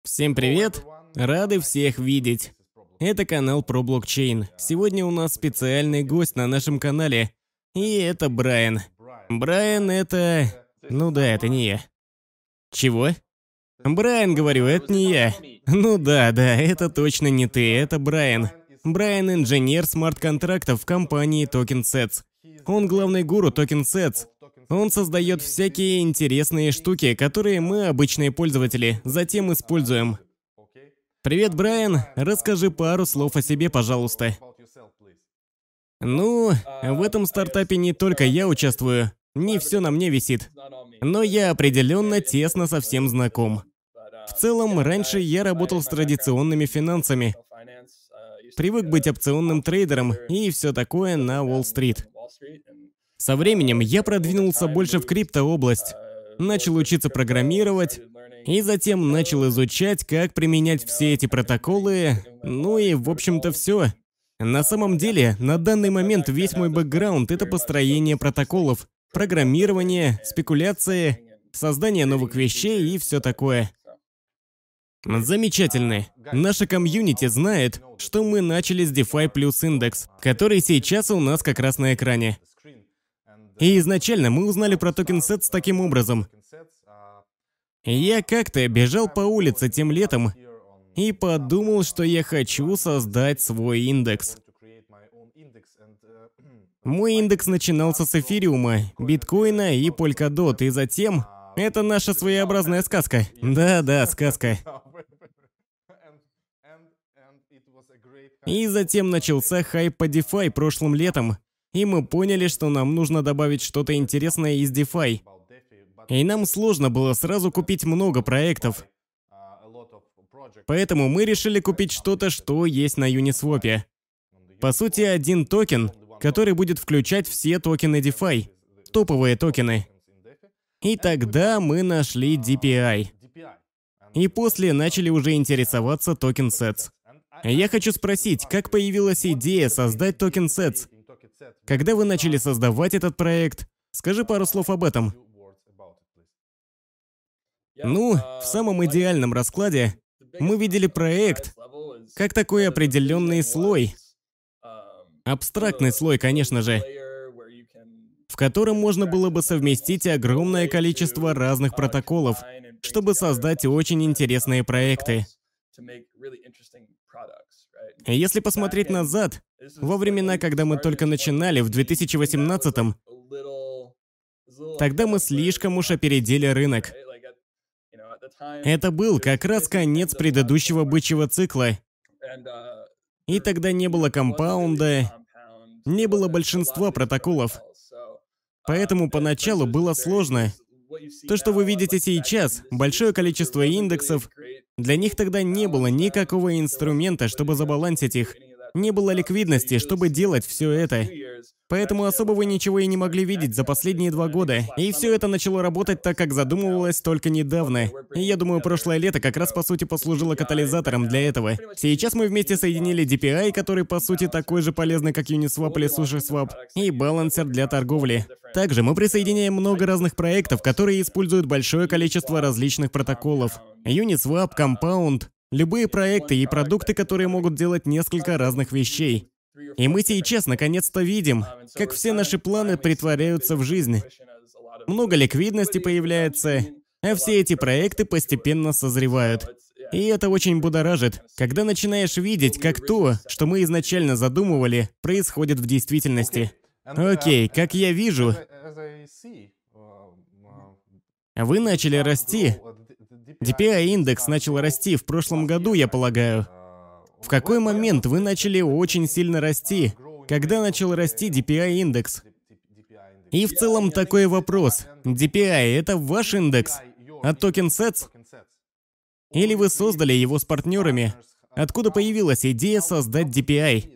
Всем привет! Рады всех видеть! Это канал про блокчейн. Сегодня у нас специальный гость на нашем канале. И это Брайан. Брайан это... Ну да, это не я. Чего? Брайан, говорю, это не я. Ну да, это точно не ты, это Брайан. Брайан инженер смарт-контрактов в компании TokenSets. Он главный гуру TokenSets. Он создает всякие интересные штуки, которые мы, обычные пользователи, затем используем. Привет, Брайан. Расскажи пару слов о себе, пожалуйста. Ну, в этом стартапе не только я участвую. Не все на мне висит. Но я определенно тесно со всем знаком. В целом, раньше я работал с традиционными финансами. Привык быть опционным трейдером и все такое на Уолл-стрит. Со временем я продвинулся больше в криптообласть, начал учиться программировать, и затем начал изучать, как применять все эти протоколы, ну и, в общем-то, все. На самом деле, на данный момент весь мой бэкграунд — это построение протоколов, программирование, спекуляции, создание новых вещей и все такое. Замечательно. Наша комьюнити знает, что мы начали с DeFi плюс индекс, который сейчас у нас как раз на экране. И изначально мы узнали про TokenSets таким образом. Я как-то бежал по улице тем летом и подумал, что я хочу создать свой индекс. Мой индекс начинался с эфириума, биткоина и Polkadot, и затем... Это наша своеобразная сказка. Да, сказка. И затем начался хайп по DeFi прошлым летом. И мы поняли, что нам нужно добавить что-то интересное из DeFi. И нам сложно было сразу купить много проектов. Поэтому мы решили купить что-то, что есть на Uniswap. По сути, один токен, который будет включать все токены DeFi. Топовые токены. И тогда мы нашли DPI. И после начали уже интересоваться TokenSets. Я хочу спросить, как появилась идея создать TokenSets? Когда вы начали создавать этот проект? Скажи пару слов об этом. Ну, в самом идеальном раскладе мы видели проект как такой определенный слой. Абстрактный слой, конечно же, в котором можно было бы совместить огромное количество разных протоколов, чтобы создать очень интересные проекты. Если посмотреть назад, во времена, когда мы только начинали, в 2018-м, тогда мы слишком уж опередили рынок. Это был как раз конец предыдущего бычьего цикла. И тогда не было компаунда, не было большинства протоколов. Поэтому поначалу было сложно. То, что вы видите сейчас, большое количество индексов, для них тогда не было никакого инструмента, чтобы забалансить их. Не было ликвидности, чтобы делать все это. Поэтому особо вы ничего и не могли видеть за последние 2 года. И все это начало работать так, как задумывалось только недавно. И я думаю, прошлое лето как раз по сути послужило катализатором для этого. Сейчас мы вместе соединили DPI, который по сути такой же полезный, как Uniswap или SushiSwap, и балансер для торговли. Также мы присоединяем много разных проектов, которые используют большое количество различных протоколов. Uniswap, Compound, любые проекты и продукты, которые могут делать несколько разных вещей. И мы сейчас наконец-то видим, как все наши планы притворяются в жизнь. Много ликвидности появляется, а все эти проекты постепенно созревают. И это очень будоражит, когда начинаешь видеть, как то, что мы изначально задумывали, происходит в действительности. Окей, как я вижу, вы начали расти. DPI-индекс начал расти в прошлом году, я полагаю. В какой момент вы начали очень сильно расти? Когда начал расти DPI-индекс? И в целом такой вопрос. DPI — это ваш индекс? От TokenSets? Или вы создали его с партнерами? Откуда появилась идея создать DPI?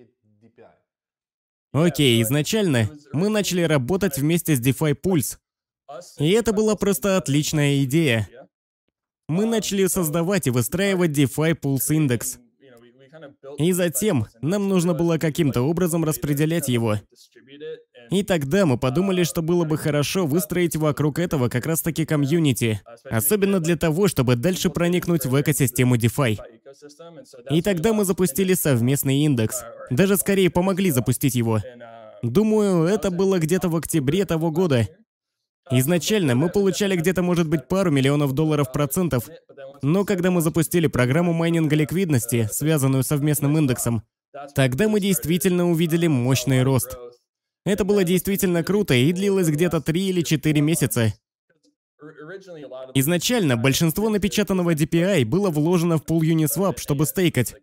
Окей, изначально мы начали работать вместе с DeFi Pulse. И это была просто отличная идея. Мы начали создавать и выстраивать DeFi Pulse индекс. И затем нам нужно было каким-то образом распределять его. И тогда мы подумали, что было бы хорошо выстроить вокруг этого как раз-таки комьюнити, особенно для того, чтобы дальше проникнуть в экосистему DeFi. И тогда мы запустили совместный индекс. Даже скорее помогли запустить его. Думаю, это было где-то в октябре того года. Изначально мы получали где-то, может быть, пару миллионов долларов процентов, но когда мы запустили программу майнинга ликвидности, связанную с совместным индексом, тогда мы действительно увидели мощный рост. Это было действительно круто и длилось где-то 3 или 4 месяца. Изначально большинство напечатанного DPI было вложено в пул Uniswap, чтобы стейкать.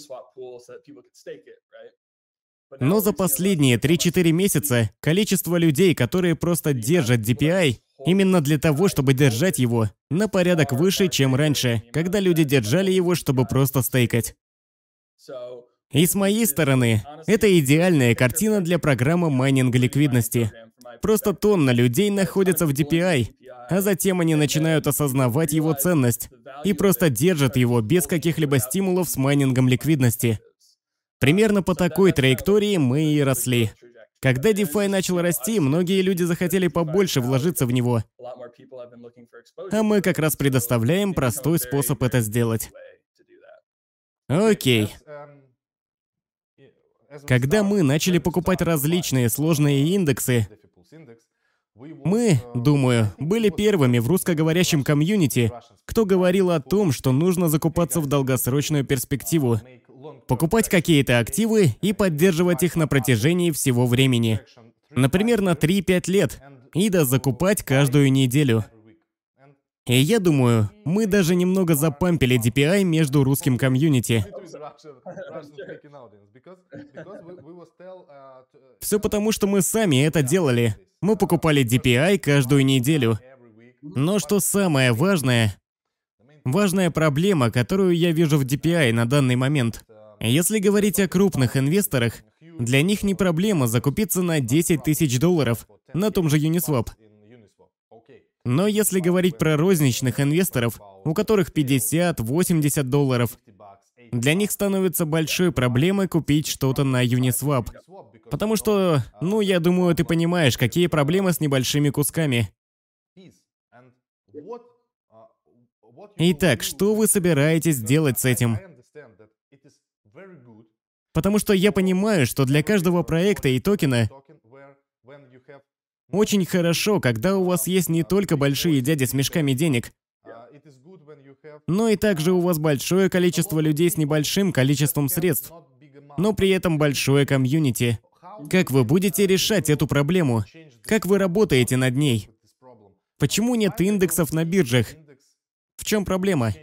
Но за последние 3-4 месяца количество людей, которые просто держат DPI, именно для того, чтобы держать его, на порядок выше, чем раньше, когда люди держали его, чтобы просто стейкать. И с моей стороны, это идеальная картина для программы майнинга ликвидности. Просто тонна людей находятся в DPI, а затем они начинают осознавать его ценность и просто держат его без каких-либо стимулов с майнингом ликвидности. Примерно по такой траектории мы и росли. Когда DeFi начал расти, многие люди захотели побольше вложиться в него. А мы как раз предоставляем простой способ это сделать. Окей. Когда мы начали покупать различные сложные индексы, мы, думаю, были первыми в русскоговорящем комьюнити, кто говорил о том, что нужно закупаться в долгосрочную перспективу, покупать какие-то активы и поддерживать их на протяжении всего времени. Например, на 3-5 лет, и закупать каждую неделю. И я думаю, мы даже немного запампили DPI между русским комьюнити. Все потому, что мы сами это делали. Мы покупали DPI каждую неделю. Но что самое важное, важная проблема, которую я вижу в DPI на данный момент. Если говорить о крупных инвесторах, для них не проблема закупиться на 10 тысяч долларов на том же Uniswap. Но если говорить про розничных инвесторов, у которых 50-80 долларов, для них становится большой проблемой купить что-то на Uniswap. Потому что, я думаю, ты понимаешь, какие проблемы с небольшими кусками. Итак, что вы собираетесь делать с этим? Потому что я понимаю, что для каждого проекта и токена очень хорошо, когда у вас есть не только большие дяди с мешками денег, но и также у вас большое количество людей с небольшим количеством средств, но при этом большое комьюнити. Как вы будете решать эту проблему? Как вы работаете над ней? Почему нет индексов на биржах? В чем проблема?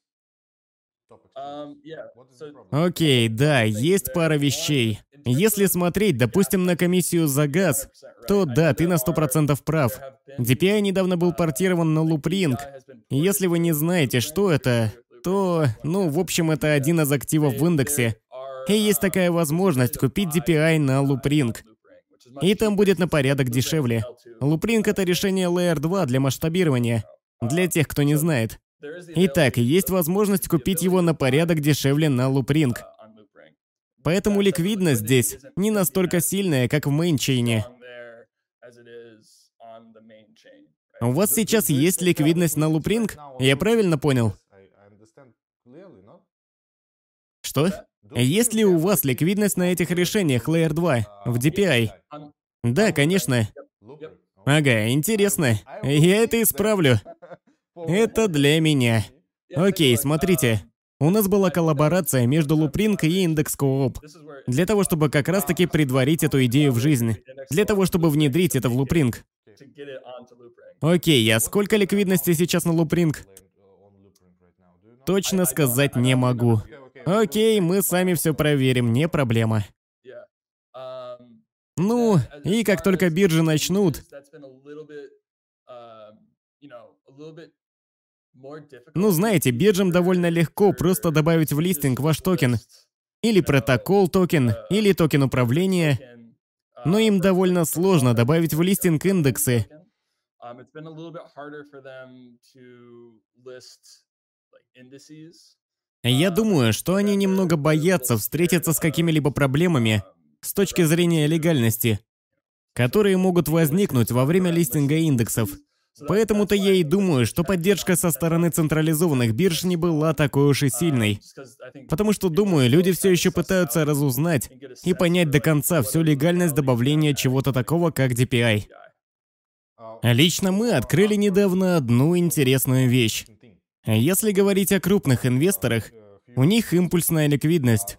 Окей, да, есть пара вещей. Если смотреть, допустим, на комиссию за газ, то да, ты на 100% прав. DPI недавно был портирован на Loopring. И если вы не знаете, что это, то, в общем, это один из активов в индексе. И есть такая возможность купить DPI на Loopring. И там будет на порядок дешевле. Loopring — это решение Layer 2 для масштабирования. Для тех, кто не знает. Итак, есть возможность купить его на порядок дешевле на Loopring. Поэтому ликвидность здесь не настолько сильная, как в мейнчейне. У вас сейчас есть ликвидность на Loopring? Я правильно понял? Что? Есть ли у вас ликвидность на этих решениях Layer 2 в DPI? Да, конечно. Ага, интересно. Я это исправлю. Это для меня. Окей, смотрите. У нас была коллаборация между Loopring и Index Coop. Для того, чтобы как раз-таки предварить эту идею в жизнь. Для того, чтобы внедрить это в Loopring. Окей, а сколько ликвидности сейчас на Loopring? Точно сказать не могу. Окей, мы сами все проверим, не проблема. И как только биржи начнут... знаете, биржам довольно легко просто добавить в листинг ваш токен. Или протокол токен, или токен управления. Но им довольно сложно добавить в листинг индексы. Я думаю, что они немного боятся встретиться с какими-либо проблемами с точки зрения легальности. которые могут возникнуть во время листинга индексов. Поэтому-то я и думаю, что поддержка со стороны централизованных бирж не была такой уж и сильной. Потому что, думаю, люди все еще пытаются разузнать и понять до конца всю легальность добавления чего-то такого, как DPI. Лично мы открыли недавно одну интересную вещь. Если говорить о крупных инвесторах, у них импульсная ликвидность.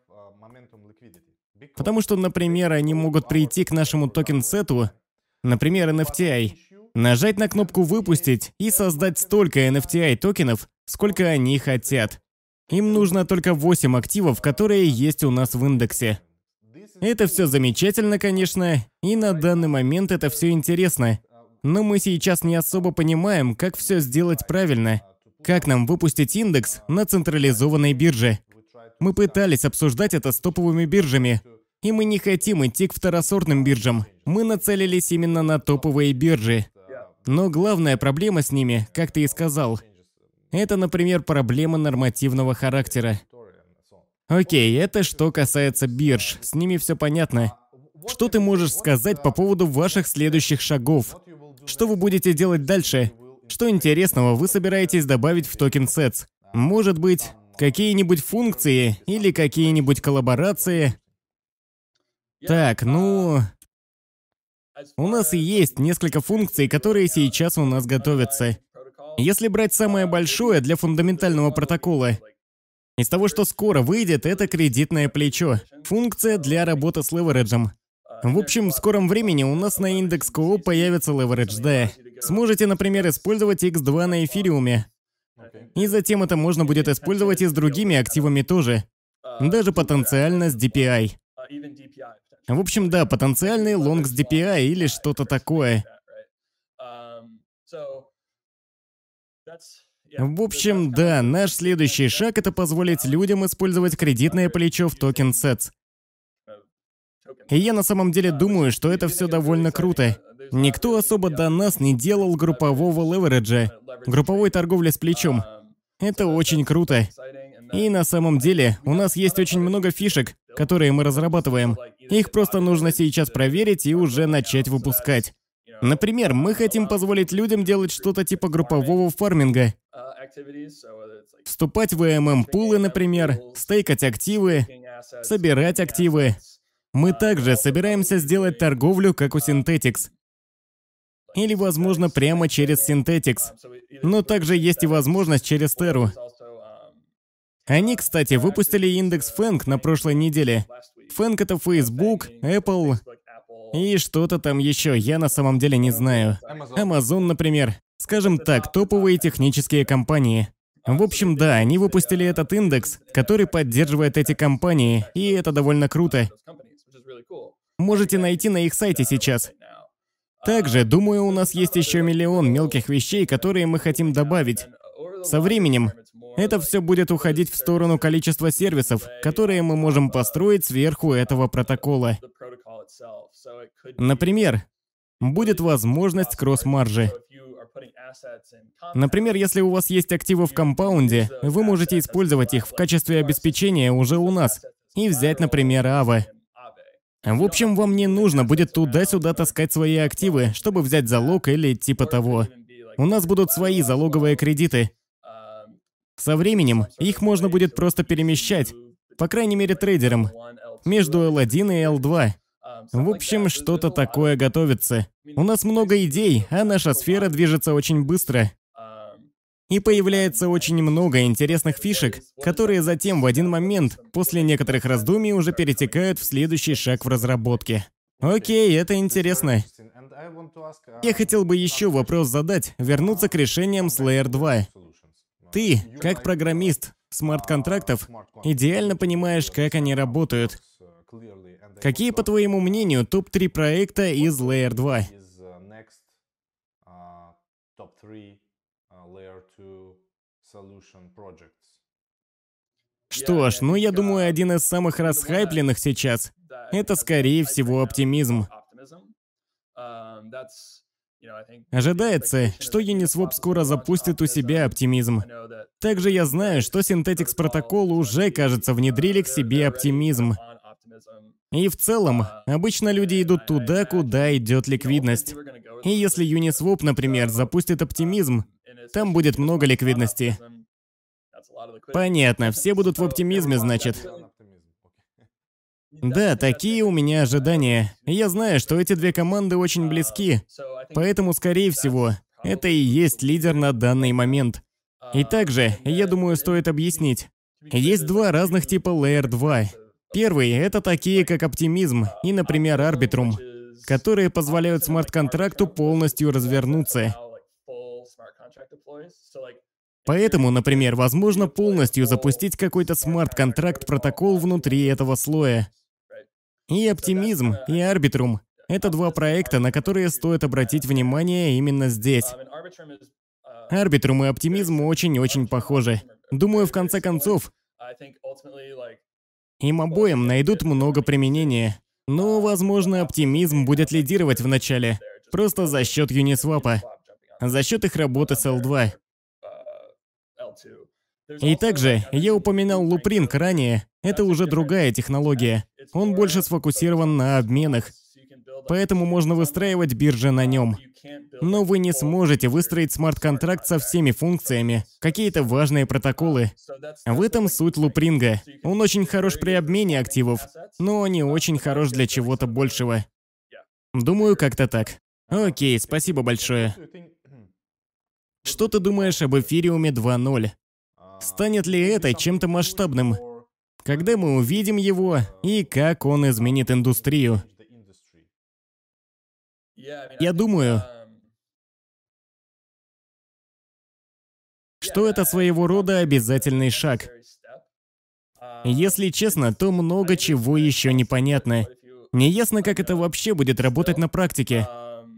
Потому что, например, они могут прийти к нашему токен-сету, например, NFTI, нажать на кнопку «Выпустить» и создать столько NFTI токенов, сколько они хотят. Им нужно только 8 активов, которые есть у нас в индексе. Это все замечательно, конечно, и на данный момент это все интересно. Но мы сейчас не особо понимаем, как все сделать правильно. Как нам выпустить индекс на централизованной бирже. Мы пытались обсуждать это с топовыми биржами. И мы не хотим идти к второсортным биржам. Мы нацелились именно на топовые биржи. Но главная проблема с ними, как ты и сказал, это, например, проблема нормативного характера. Окей, это что касается бирж, с ними все понятно. Что ты можешь сказать по поводу ваших следующих шагов? Что вы будете делать дальше? Что интересного вы собираетесь добавить в токен Sets? Может быть, какие-нибудь функции или какие-нибудь коллаборации? Так, ну... У нас и есть несколько функций, которые сейчас у нас готовятся. Если брать самое большое для фундаментального протокола, из того, что скоро выйдет, это кредитное плечо. Функция для работы с левереджем. В общем, в скором времени у нас на Index.co появится левередж, да. Сможете, например, использовать X2 на эфириуме. И затем это можно будет использовать и с другими активами тоже. Даже потенциально с DPI. В общем, да, потенциальный лонг с DPI или что-то такое. В общем, да, наш следующий шаг — это позволить людям использовать кредитное плечо в токен Sets. И я на самом деле думаю, что это все довольно круто. Никто особо до нас не делал группового левереджа, групповой торговли с плечом. Это очень круто. И на самом деле у нас есть очень много фишек, которые мы разрабатываем. Их просто нужно сейчас проверить и уже начать выпускать. Например, мы хотим позволить людям делать что-то типа группового фарминга. Вступать в AMM-пулы, например, стейкать активы, собирать активы. Мы также собираемся сделать торговлю, как у Synthetix. Или, возможно, прямо через Synthetix. Но также есть и возможность через Terra. Они, кстати, выпустили индекс FANG на прошлой неделе. FANG — это Facebook, Apple и что-то там еще, я на самом деле не знаю. Amazon, например. Скажем так, топовые технические компании. В общем, да, они выпустили этот индекс, который поддерживает эти компании, и это довольно круто. Можете найти на их сайте сейчас. Также, думаю, у нас есть еще миллион мелких вещей, которые мы хотим добавить. Со временем это все будет уходить в сторону количества сервисов, которые мы можем построить сверху этого протокола. Например, будет возможность кросс-маржи. Например, если у вас есть активы в компаунде, вы можете использовать их в качестве обеспечения уже у нас и взять, например, Aave. В общем, вам не нужно будет туда-сюда таскать свои активы, чтобы взять залог или типа того. У нас будут свои залоговые кредиты. Со временем их можно будет просто перемещать, по крайней мере трейдерам, между L1 и L2. В общем, что-то такое готовится. У нас много идей, а наша сфера движется очень быстро. И появляется очень много интересных фишек, которые затем в один момент, после некоторых раздумий, уже перетекают в следующий шаг в разработке. Окей, это интересно. Я хотел бы еще вопрос задать, вернуться к решениям с Layer 2. Ты, как программист смарт-контрактов, идеально понимаешь, как они работают. Какие, по твоему мнению, топ-3 проекта из Layer 2? Что ж, ну я думаю, один из самых расхайпленных сейчас — это, скорее всего, оптимизм. Ожидается, что Uniswap скоро запустит у себя оптимизм. Также я знаю, что Synthetix протокол уже, кажется, внедрили к себе оптимизм. И в целом, обычно люди идут туда, куда идет ликвидность. И если Uniswap, например, запустит оптимизм, там будет много ликвидности. Понятно, все будут в оптимизме, значит. Да, такие у меня ожидания. Я знаю, что эти две команды очень близки, поэтому, скорее всего, это и есть лидер на данный момент. И также, я думаю, стоит объяснить. Есть два разных типа Layer 2. Первый — это такие, как Оптимизм и, например, Arbitrum, которые позволяют смарт-контракту полностью развернуться. Поэтому, например, возможно полностью запустить какой-то смарт-контракт протокол внутри этого слоя. И Оптимизм, и Arbitrum — это два проекта, на которые стоит обратить внимание именно здесь. Arbitrum и Оптимизм очень-очень похожи. Думаю, в конце концов, им обоим найдут много применения. Но, возможно, Оптимизм будет лидировать в начале, просто за счет Uniswap, за счет их работы с L2. И также, я упоминал Loopring ранее, это уже другая технология. Он больше сфокусирован на обменах, поэтому можно выстраивать биржи на нем. Но вы не сможете выстроить смарт-контракт со всеми функциями, какие-то важные протоколы. В этом суть Loopring. Он очень хорош при обмене активов, но не очень хорош для чего-то большего. Думаю, как-то так. Окей, спасибо большое. Что ты думаешь об Эфириуме 2.0? Станет ли это чем-то масштабным? Когда мы увидим его и как он изменит индустрию? Я думаю, что это своего рода обязательный шаг. Если честно, то много чего еще непонятно. Неясно, как это вообще будет работать на практике.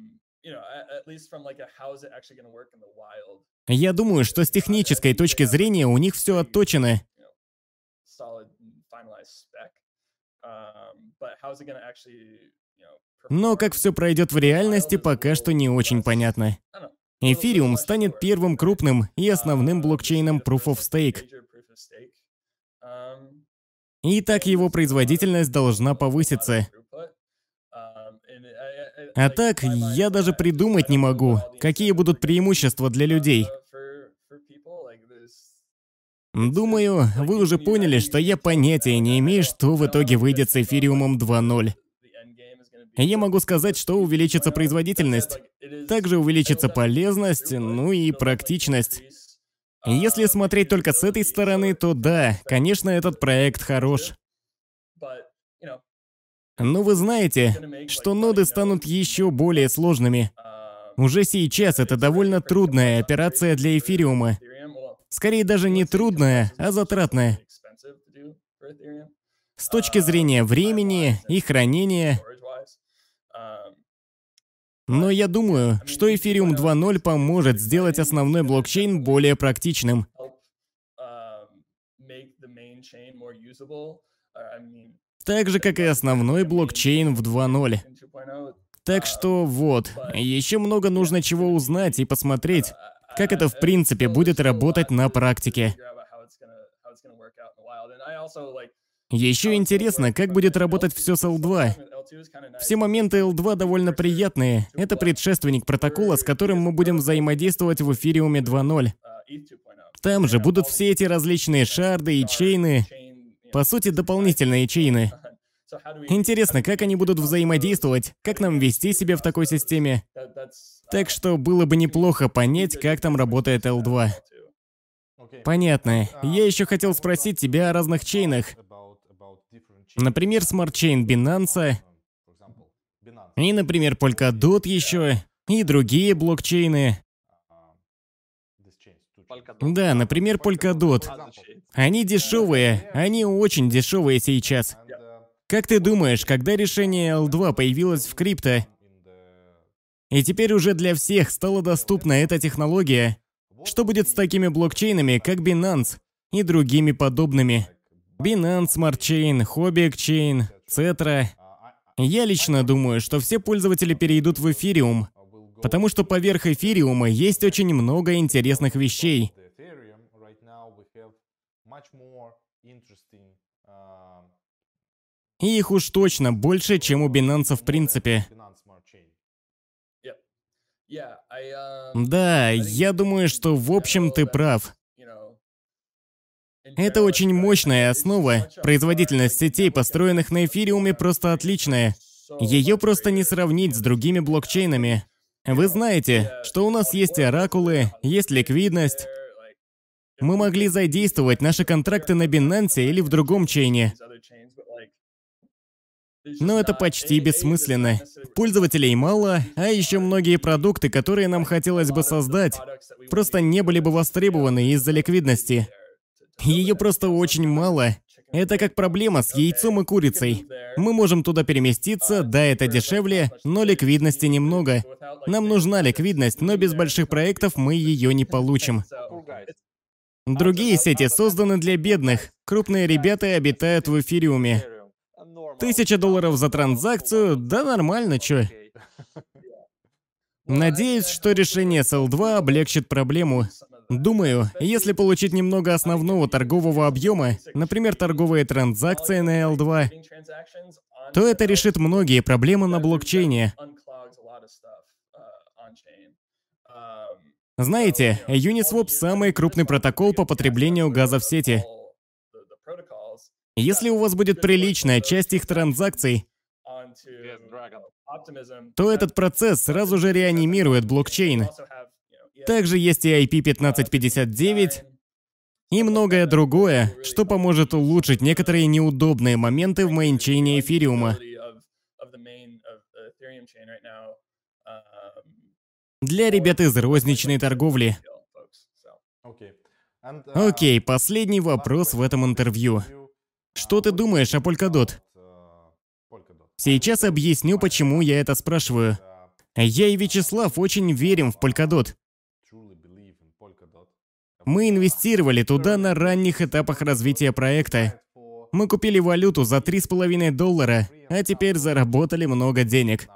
Я думаю, что с технической точки зрения у них все отточено. Но как все пройдет в реальности, пока что не очень понятно. Эфириум станет первым крупным и основным блокчейном Proof of Stake. И так его производительность должна повыситься. А так, я даже придумать не могу, какие будут преимущества для людей. Думаю, вы уже поняли, что я понятия не имею, что в итоге выйдет с Эфириумом 2.0. Я могу сказать, что увеличится производительность, также увеличится полезность, ну и практичность. Если смотреть только с этой стороны, то да, конечно, этот проект хорош. Но вы знаете, что ноды станут еще более сложными. Уже сейчас это довольно трудная операция для Эфириума. Скорее даже не трудная, а затратная. С точки зрения времени и хранения. Но я думаю, что Эфириум 2.0 поможет сделать основной блокчейн более практичным. Так же, как и основной блокчейн в 2.0. Так что вот, еще много нужно чего узнать и посмотреть, как это в принципе будет работать на практике. Еще интересно, как будет работать все с L2. Все моменты L2 довольно приятные. Это предшественник протокола, с которым мы будем взаимодействовать в Эфириуме 2.0. Там же будут все эти различные шарды и чейны. По сути, дополнительные чейны. Интересно, как они будут взаимодействовать, как нам вести себя в такой системе. Так что было бы неплохо понять, как там работает L2. Понятно. Я еще хотел спросить тебя о разных чейнах. Например, смарт-чейн Binance, и, например, Polkadot еще, и другие блокчейны. Да, например, Polkadot. Они дешевые, они очень дешевые сейчас. Как ты думаешь, когда решение L2 появилось в крипто, и теперь уже для всех стала доступна эта технология, что будет с такими блокчейнами, как Binance и другими подобными? Binance Smart Chain, Huobi Chain, Cetra. Я лично думаю, что все пользователи перейдут в Эфириум, потому что поверх Эфириума есть очень много интересных вещей. И их уж точно больше, чем у Binance в принципе. Да, я думаю, что в общем ты прав. Это очень мощная основа. Производительность сетей, построенных на эфириуме, просто отличная. Ее просто не сравнить с другими блокчейнами. Вы знаете, что у нас есть оракулы, есть ликвидность. Мы могли задействовать наши контракты на Binance или в другом чейне. Но это почти бессмысленно. Пользователей мало, а еще многие продукты, которые нам хотелось бы создать, просто не были бы востребованы из-за ликвидности. Ее просто очень мало. Это как проблема с яйцом и курицей. Мы можем туда переместиться, да, это дешевле, но ликвидности немного. Нам нужна ликвидность, но без больших проектов мы ее не получим. Другие сети созданы для бедных. Крупные ребята обитают в эфириуме. $1000 за транзакцию, да нормально, чё. Надеюсь, что решение с L2 облегчит проблему. Думаю, если получить немного основного торгового объема, например, торговые транзакции на L2, то это решит многие проблемы на блокчейне. Знаете, Uniswap самый крупный протокол по потреблению газа в сети. Если у вас будет приличная часть их транзакций, то этот процесс сразу же реанимирует блокчейн. Также есть и IP1559 и многое другое, что поможет улучшить некоторые неудобные моменты в мейнчейне эфириума. Для ребят из розничной торговли. Окей, последний вопрос в этом интервью. Что ты думаешь о Polkadot? Сейчас объясню, почему я это спрашиваю. Я и Вячеслав очень верим в Polkadot. Мы инвестировали туда на ранних этапах развития проекта. Мы купили валюту за $3,5, а теперь заработали много денег.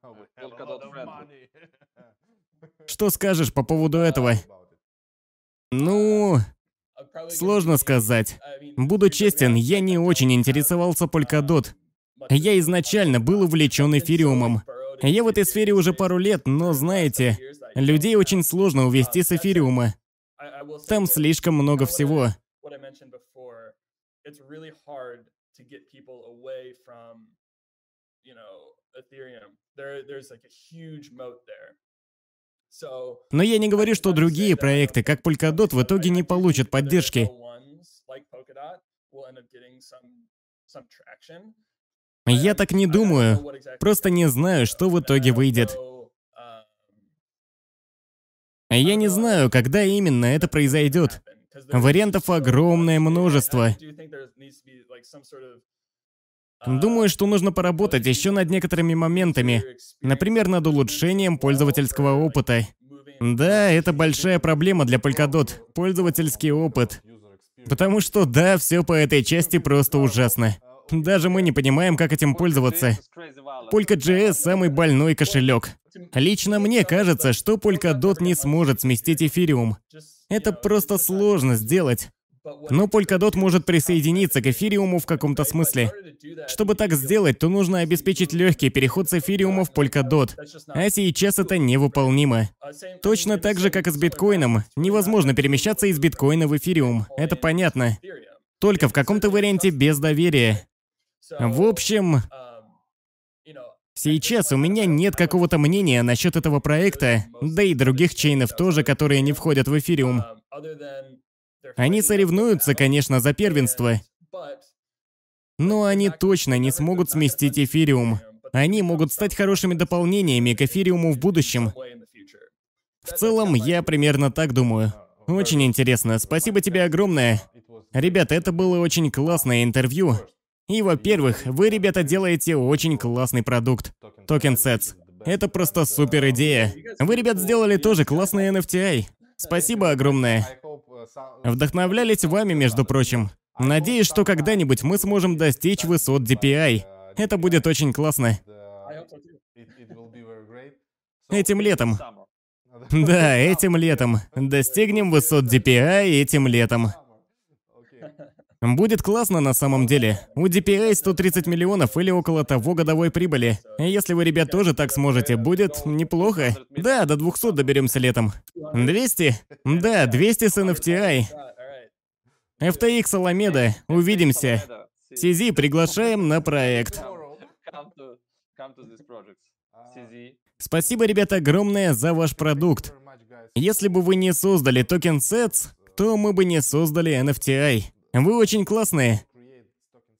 Что скажешь по поводу этого? Ну, сложно сказать. Буду честен, я не очень интересовался Polkadot. Я изначально был увлечен эфириумом. Я в этой сфере уже пару лет, но знаете, людей очень сложно увести с эфириума. Там слишком много всего. Но я не говорю, что другие проекты, как Polkadot, в итоге не получат поддержки. Я так не думаю. Просто не знаю, что в итоге выйдет. Я не знаю, когда именно это произойдет. Вариантов огромное множество. Думаю, что нужно поработать еще над некоторыми моментами. Например, над улучшением пользовательского опыта. Да, это большая проблема для Polkadot. Пользовательский опыт. Потому что, да, все по этой части просто ужасно. Даже мы не понимаем, как этим пользоваться. Polka.js самый больной кошелек. Лично мне кажется, что Polkadot не сможет сместить эфириум. Это просто сложно сделать. Но Polkadot может присоединиться к эфириуму в каком-то смысле. Чтобы так сделать, то нужно обеспечить легкий переход с эфириума в Polkadot. А сейчас это невыполнимо. Точно так же, как и с биткоином. Невозможно перемещаться из биткоина в эфириум. Это понятно. Только в каком-то варианте без доверия. В общем, сейчас у меня нет какого-то мнения насчет этого проекта, да и других чейнов тоже, которые не входят в эфириум. Они соревнуются, конечно, за первенство, но они точно не смогут сместить эфириум. Они могут стать хорошими дополнениями к эфириуму в будущем. В целом, я примерно так думаю. Очень интересно. Спасибо тебе огромное. Ребята, это было очень классное интервью. И, во-первых, вы, ребята, делаете очень классный продукт. TokenSets. Это просто супер идея. Вы, ребят, сделали тоже классный NFTI. Спасибо огромное. Вдохновлялись вами, между прочим. Надеюсь, что когда-нибудь мы сможем достичь высот DPI. Это будет очень классно. Этим летом. Да, этим летом. Достигнем высот DPI этим летом. Будет классно на самом деле. У DPI 130 миллионов или около того годовой прибыли. Если вы, ребят, тоже так сможете, будет неплохо. Да, до 200 доберемся летом. 200? Да, 200 с NFTI. FTX Alameda, увидимся. CZ приглашаем на проект. Спасибо, ребята, огромное за ваш продукт. Если бы вы не создали токен Sets, то мы бы не создали NFTI. Вы очень классные.